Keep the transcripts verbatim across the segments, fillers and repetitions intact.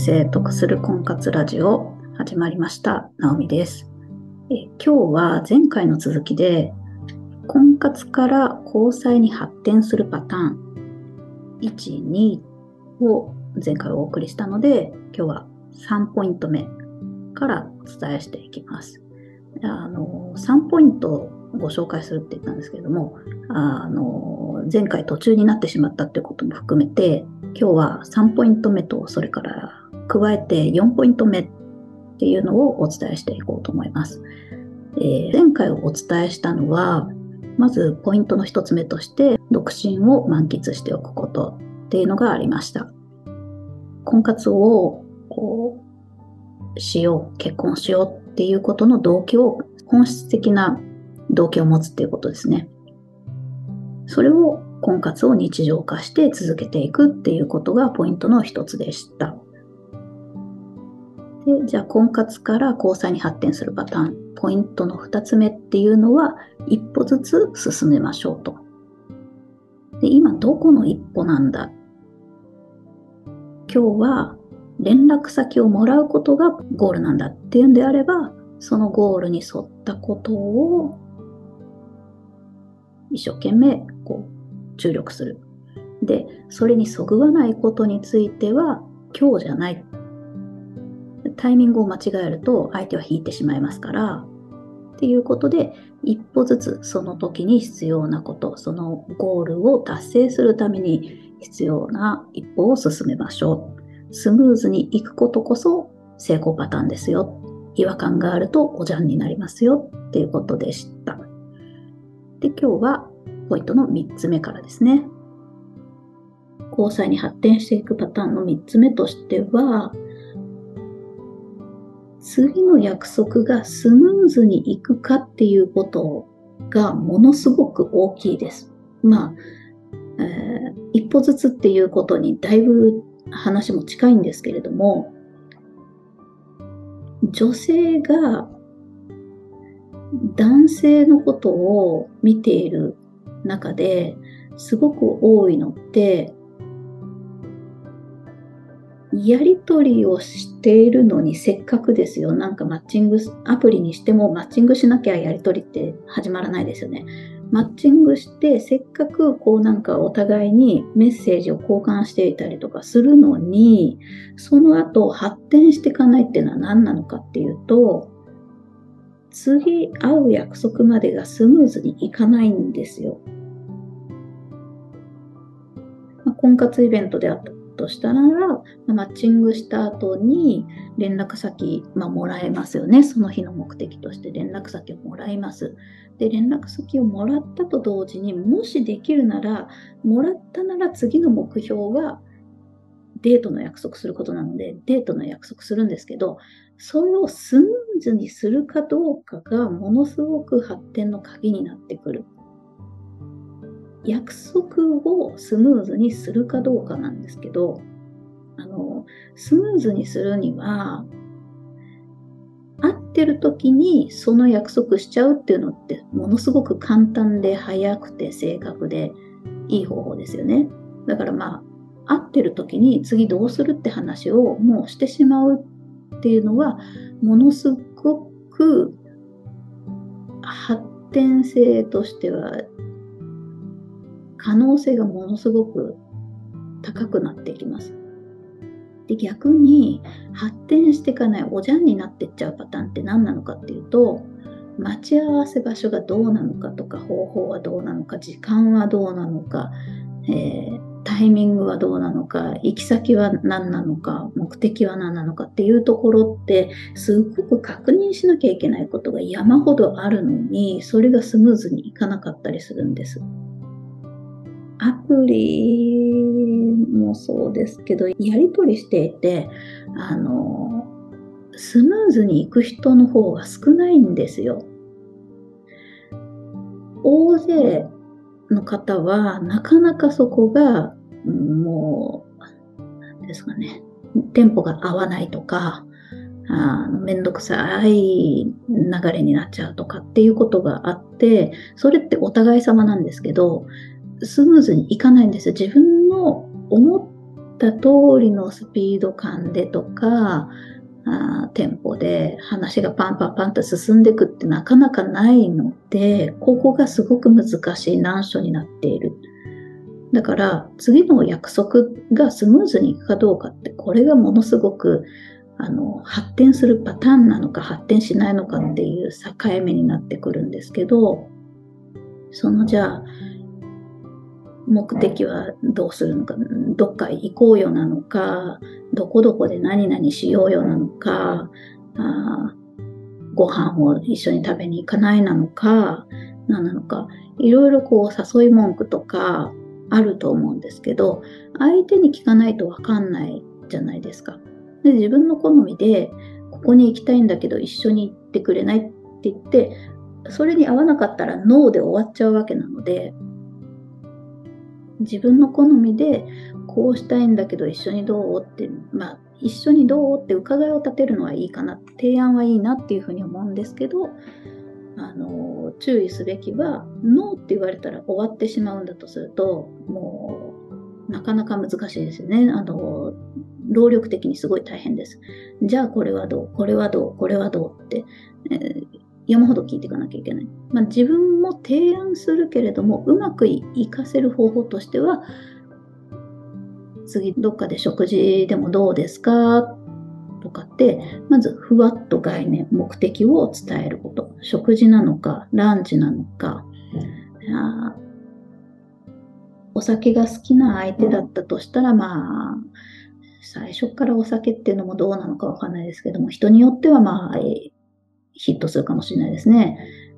生得する婚活ラジオ始まりました。ナオミです。え今日は前回の続きで婚活から交際に発展するパターンいち、にを前回お送りしたので、今日はさんポイント目からお伝えしていきます。あのさんポイントをご紹介するって言ったんですけれども、あの前回途中になってしまったってことも含めて、今日はさんポイント目とそれから加えてよんポイント目っていうのをお伝えしていこうと思います。えー、前回お伝えしたのは、まずポイントのひとつめとして独身を満喫しておくことっていうのがありました。婚活をこうしよう、結婚しようっていうことの動機を、本質的な動機を持つっていうことですね。それを婚活を日常化して続けていくっていうことがポイントの一つでした。で、じゃあ婚活から交際に発展するパターン、ポイントの二つ目っていうのは、一歩ずつ進めましょうと。で、今どこの一歩なんだ？今日は連絡先をもらうことがゴールなんだっていうんであれば、そのゴールに沿ったことを一生懸命こう注力する。で、それにそぐわないことについては今日じゃない。タイミングを間違えると相手は引いてしまいますから、っていうことで一歩ずつその時に必要なこと、そのゴールを達成するために必要な一歩を進めましょう。スムーズにいくことこそ成功パターンですよ。違和感があるとおじゃんになりますよっていうことでした。で、今日はポイントのみっつめからですね。交際に発展していくパターンのみっつめとしては、次の約束がスムーズにいくかっていうことがものすごく大きいです。まあ、えー、一歩ずつっていうことにだいぶ話も近いんですけれども、女性が男性のことを見ている中ですごく多いのって、やり取りをしているのにせっかくですよ。なんかマッチングアプリにしてもマッチングしなきゃやり取りって始まらないですよね。マッチングしてせっかくこうなんかお互いにメッセージを交換していたりとかするのに、その後発展していかないっていうのは何なのかっていうと、次会う約束までがスムーズにいかないんですよ。まあ、婚活イベントであったとしたら、マッチングした後に連絡先、まあ、もらえますよね。その日の目的として連絡先をもらいます。で、連絡先をもらったと同時に、もしできるなら、もらったなら次の目標はデートの約束することなので、デートの約束するんですけど、それをスムーズにするかどうかがものすごく発展の鍵になってくる。約束をスムーズにするかどうかなんですけど、あの、スムーズにするには、会ってる時にその約束しちゃうっていうのってものすごく簡単で早くて正確でいい方法ですよね。だからまあ、会ってる時に次どうするって話をもうしてしまうっていうのは、ものすごく発展性としては可能性がものすごく高くなっていきます。で、逆に発展していかないおじゃんになっていっちゃうパターンって何なのかっていうと、待ち合わせ場所がどうなのかとか、方法はどうなのか、時間はどうなのか、えー、タイミングはどうなのか、行き先は何なのか、目的は何なのかっていうところってすごく確認しなきゃいけないことが山ほどあるのに、それがスムーズにいかなかったりするんです。アプリもそうですけど、やり取りしていて、あの、スムーズに行く人の方が少ないんですよ。大勢の方は、なかなかそこが、もう、なんですかね、テンポが合わないとか、あのめんどくさい流れになっちゃうとかっていうことがあって、それってお互い様なんですけど、スムーズにいかないんですよ。自分の思った通りのスピード感でとか、あテンポで話がパンパンパンと進んでいくってなかなかないので、ここがすごく難しい難所になっている。だから次の約束がスムーズにいくかどうかって、これがものすごくあの発展するパターンなのか発展しないのかっていう境目になってくるんですけど、そのじゃあ目的はどうするのか、どっか行こうよなのか、どこどこで何々しようよなのか、あご飯を一緒に食べに行かないなのか、何なのか、いろいろこう誘い文句とかあると思うんですけど、相手に聞かないと分かんないじゃないですか。で、自分の好みで、ここに行きたいんだけど一緒に行ってくれないって言って、それに合わなかったらノーで終わっちゃうわけなので、自分の好みでこうしたいんだけど一緒にどうって、まあ一緒にどうって伺いを立てるのはいいかな、提案はいいなっていうふうに思うんですけど、あの注意すべきは、ノーって言われたら終わってしまうんだとすると、もうなかなか難しいですよね。あの労力的にすごい大変です。じゃあこれはどう、これはどう、これはどうって、えー山ほど聞いていかなきゃいけない。まあ、自分も提案するけれども、うまく活かせる方法としては、次どっかで食事でもどうですかとかって、まずふわっと概念、目的を伝えること。食事なのか、ランチなのか、あお酒が好きな相手だったとしたら、まあ、最初からお酒っていうのもどうなのかわかんないですけども、人によってはまあ、ヒットするかもしれないですね。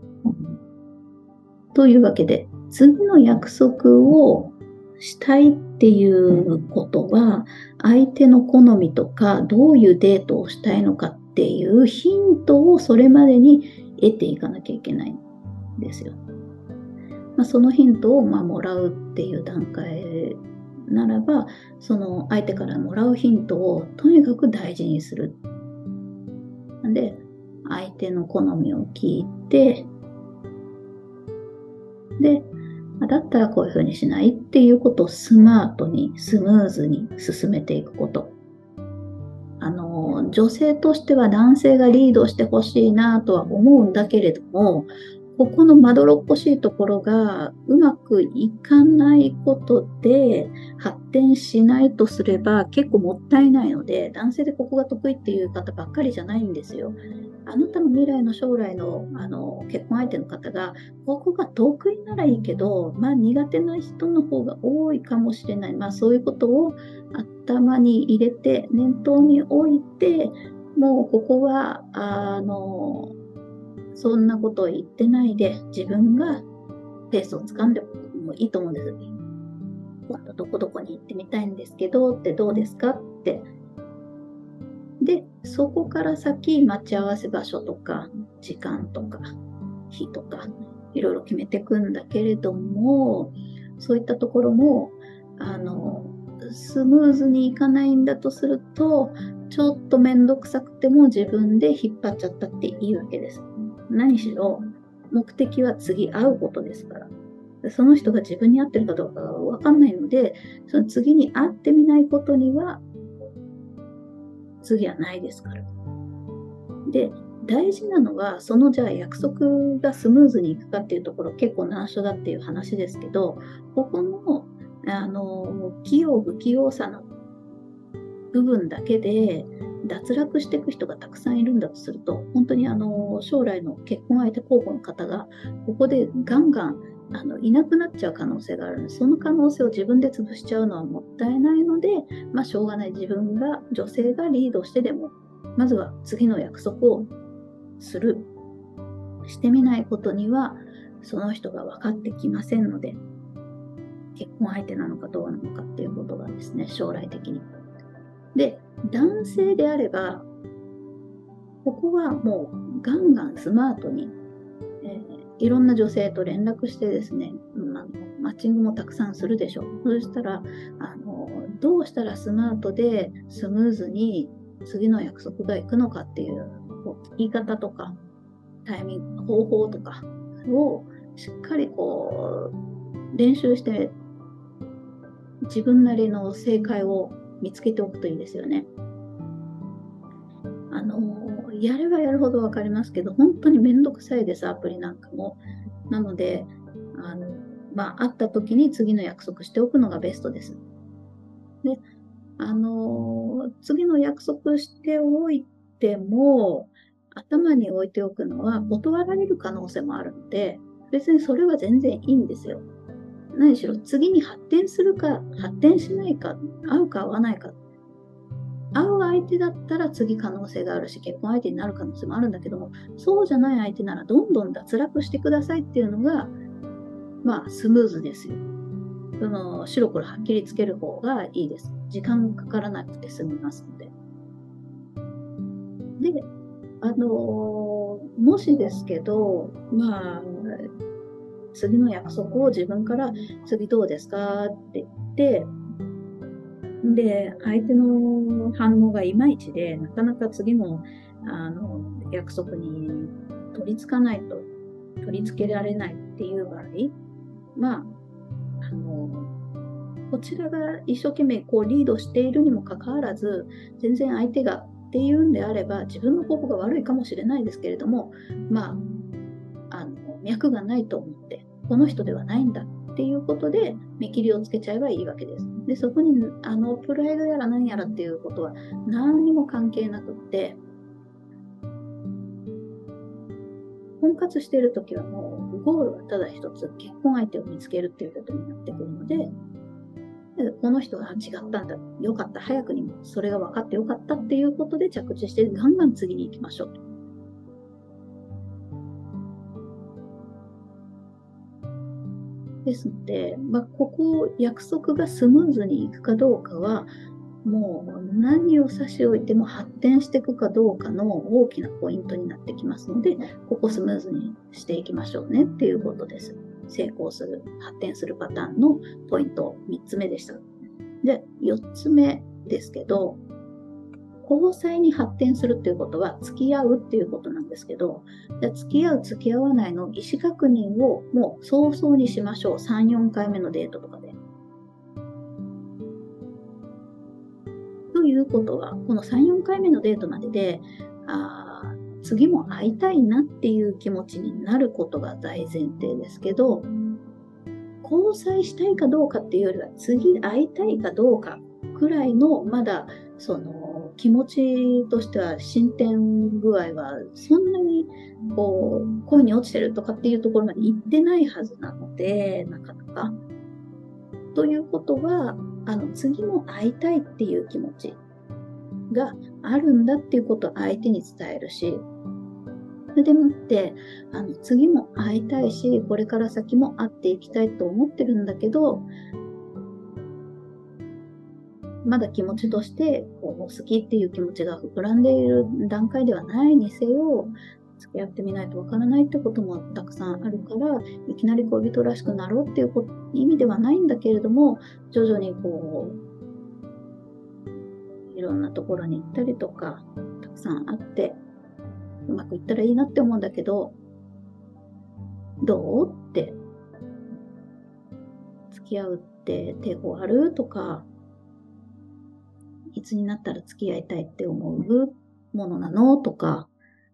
というわけで、次の約束をしたいっていうことは、相手の好みとか、どういうデートをしたいのかっていうヒントをそれまでに得ていかなきゃいけないんですよ。まあ、そのヒントをまあもらうっていう段階ならば、その相手からもらうヒントをとにかく大事にする。なんで、相手の好みを聞いて、で、だったらこういうふうにしないっていうことをスマートにスムーズに進めていくこと。あの、女性としては男性がリードしてほしいなとは思うんだけれども、ここのまどろっこしいところがうまくいかないことで発展しないとすれば結構もったいないので、男性でここが得意っていう方ばっかりじゃないんですよ。あなたの未来の将来の、あの結婚相手の方がここが得意ならいいけど、まあ苦手な人の方が多いかもしれない。まあそういうことを頭に入れて念頭に置いて、もうここはあのそんなことを言ってないで、自分がペースをつかんでもいいと思うんです。どこどこに行ってみたいんですけどってどうですかって。で、そこから先、待ち合わせ場所とか、時間とか、日とか、いろいろ決めていくんだけれども、そういったところも、あの、スムーズにいかないんだとすると、ちょっとめんどくさくても自分で引っ張っちゃったっていいわけです。何しろ、目的は次会うことですから。その人が自分に合ってるかどうかが分かんないので、その次に会ってみないことには、次はないですから。で、大事なのは、そのじゃあ約束がスムーズにいくかっていうところ、結構難所だっていう話ですけど、ここの、あの、器用不器用さの部分だけで脱落していく人がたくさんいるんだとすると、本当にあの将来の結婚相手候補の方がここでガンガンあのいなくなっちゃう可能性があるので、その可能性を自分で潰しちゃうのはもったいないので、まあしょうがない、自分が女性がリードしてでもまずは次の約束をする。してみないことにはその人が分かってきませんので、結婚相手なのかどうなのかっていうことがですね、将来的に。で、男性であれば、ここはもうガンガンスマートに、えー、いろんな女性と連絡してですね、まあ、マッチングもたくさんするでしょう。そしたら、あのどうしたらスマートでスムーズに次の約束がいくのかっていう言い方とか、タイミング、方法とかをしっかりこう練習して、自分なりの正解を見つけておくといいですよね。あの、やればやるほど分かりますけど、本当にめんどくさいです、アプリなんかも。なので、あの、まあ、会った時に次の約束しておくのがベストです。で、あの、次の約束しておいても、頭に置いておくのは断られる可能性もあるので、別にそれは全然いいんですよ。何しろ次に発展するか発展しないか、合うか合わないか、合う相手だったら次可能性があるし、結婚相手になる可能性もあるんだけども、そうじゃない相手ならどんどん脱落してくださいっていうのが、まあスムーズですよ。その白黒はっきりつける方がいいです。時間かからなくて済みますので。で、あのもしですけど、まあ、次の約束を自分から次どうですかって言って、で、相手の反応がいまいちで、なかなか次のあの約束に取り付かないと、取り付けられないっていう場合、まあ、あの、こちらが一生懸命こうリードしているにもかかわらず、全然相手がっていうんであれば、自分の方法が悪いかもしれないですけれども、まあ、あの脈がないと思って、この人ではないんだっていうことで見切りをつけちゃえばいいわけです。で、そこにあのプライドやら何やらっていうことは何にも関係なくって、婚活しているときはもうゴールはただ一つ、結婚相手を見つけるっていうことになってくるので、この人が違ったんだ、よかった、早くにもそれが分かってよかったっていうことで着地してガンガン次に行きましょうと。ですので、まあ、ここ約束がスムーズにいくかどうかは、もう何を差し置いても発展していくかどうかの大きなポイントになってきますので、ここスムーズにしていきましょうねっていうことです。成功する、発展するパターンのポイントみっつめでした。で、よっつめですけど、交際に発展するっていうことは付き合うっていうことなんですけど、じゃ付き合う付き合わないの意思確認をもう早々にしましょう。さん、よんかいめのデートとかで。ということは、このさん、よんかいめのデートまでで、あ次も会いたいなっていう気持ちになることが大前提ですけど、交際したいかどうかっていうよりは、次会いたいかどうかくらいの、まだその気持ちとしては進展具合はそんなにこう恋に落ちてるとかっていうところまで行ってないはずなので、なかなか。ということは、あの次も会いたいっていう気持ちがあるんだっていうことを相手に伝えるし、それでもってあの次も会いたいし、これから先も会っていきたいと思ってるんだけど、まだ気持ちとしてこう好きっていう気持ちが膨らんでいる段階ではないにせよ、付き合ってみないとわからないってこともたくさんあるから、いきなり恋人らしくなろうっていう意味ではないんだけれども、徐々にこういろんなところに行ったりとか、たくさん会ってうまくいったらいいなって思うんだけど、どうって付き合うって抵抗あるとか、いつになったら付き合いたいって思うものなのとか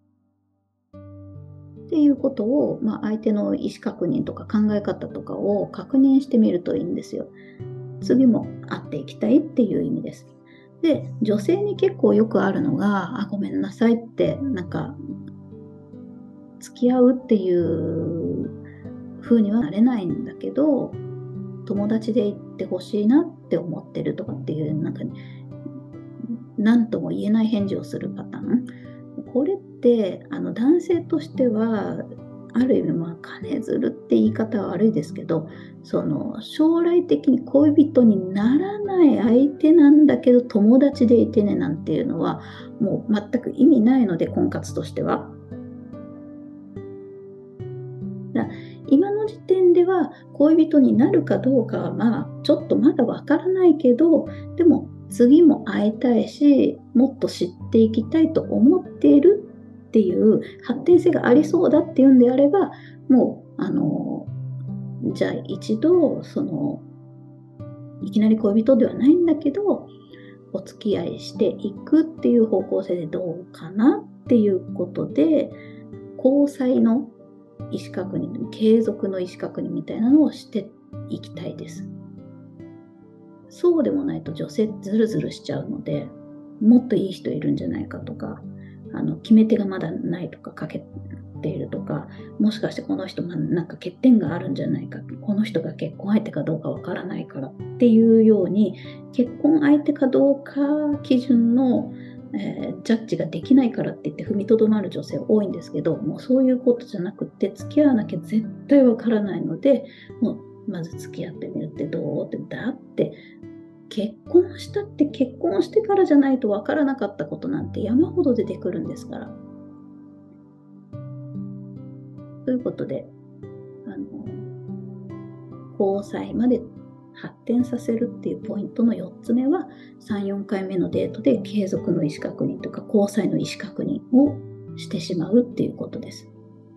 っていうことを、まあ、相手の意思確認とか考え方とかを確認してみるといいんですよ。次も会っていきたいっていう意味です。で、女性に結構よくあるのが、あ、ごめんなさいって、なんか付き合うっていう風にはなれないんだけど、友達でいってほしいなって思ってるとかっていう、なんか、何とも言えない返事をするパターン。これってあの男性としてはある意味、まあ金づるって言い方は悪いですけど、その将来的に恋人にならない相手なんだけど友達でいてねなんていうのはもう全く意味ないので、婚活としては。だ今の時点では恋人になるかどうかはまあちょっとまだわからないけど、でも次も会いたいし、もっと知っていきたいと思っているっていう発展性がありそうだっていうんであれば、もうあのじゃあ一度そのいきなり恋人ではないんだけど、 お付き合いしていくっていう方向性でどうかなっていうことで、交際の意思確認、継続の意思確認みたいなのをしていきたいです。そうでもないと女性ズルズルしちゃうので、もっといい人いるんじゃないかとか、あの決め手がまだないとか、かけているとか、もしかしてこの人がなんか欠点があるんじゃないか、この人が結婚相手かどうかわからないからっていうように、結婚相手かどうか基準の、えー、ジャッジができないからって言って踏みとどまる女性多いんですけど、もうそういうことじゃなくて、付き合わなきゃ絶対わからないので、もうまず付き合ってみるってどうって、だって結婚したって結婚してからじゃないとわからなかったことなんて山ほど出てくるんですから。ということで、あの交際まで発展させるっていうポイントのよっつめは、さん、よんかいめのデートで継続の意思確認とか交際の意思確認をしてしまうっていうことです。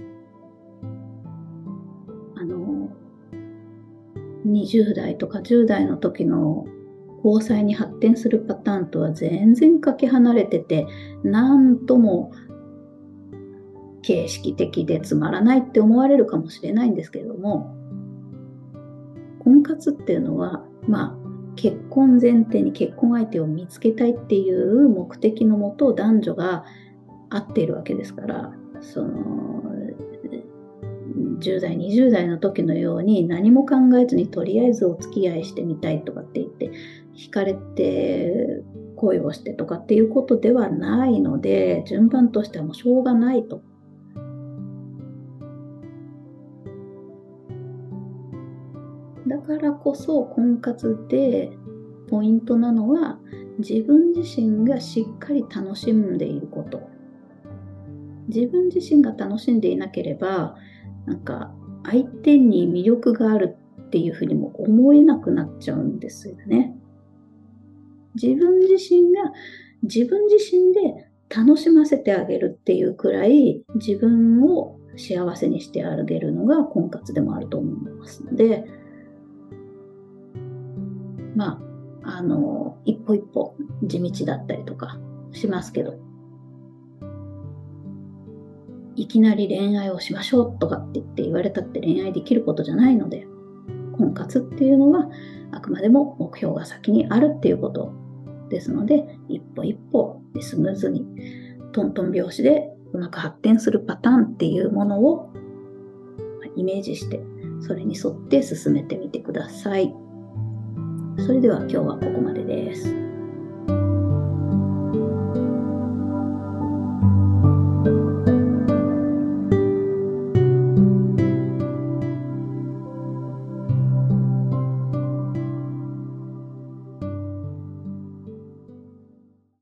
あのにじゅう代とかじゅう代の時の交際に発展するパターンとは全然かけ離れてて、なんとも形式的でつまらないって思われるかもしれないんですけれども、婚活っていうのは、まあ、結婚前提に結婚相手を見つけたいっていう目的のもと男女が会っているわけですから、そのじゅう代にじゅう代の時のように何も考えずにとりあえずお付き合いしてみたいとかって言って惹かれて恋をしてとかっていうことではないので、順番としてはもうしょうがないと。だからこそ婚活でポイントなのは、自分自身がしっかり楽しんでいること。自分自身が楽しんでいなければ、なんか相手に魅力があるっていうふうにも思えなくなっちゃうんですよね。自分自身が自分自身で楽しませてあげるっていうくらい、自分を幸せにしてあげるのが婚活でもあると思いますので、まあ、あの、一歩一歩地道だったりとかしますけど、いきなり恋愛をしましょうとかって言って言われたって恋愛できることじゃないので、婚活っていうのはあくまでも目標が先にあるっていうことですので、一歩一歩でスムーズにトントン拍子でうまく発展するパターンっていうものをイメージして、それに沿って進めてみてください。それでは今日はここまでです。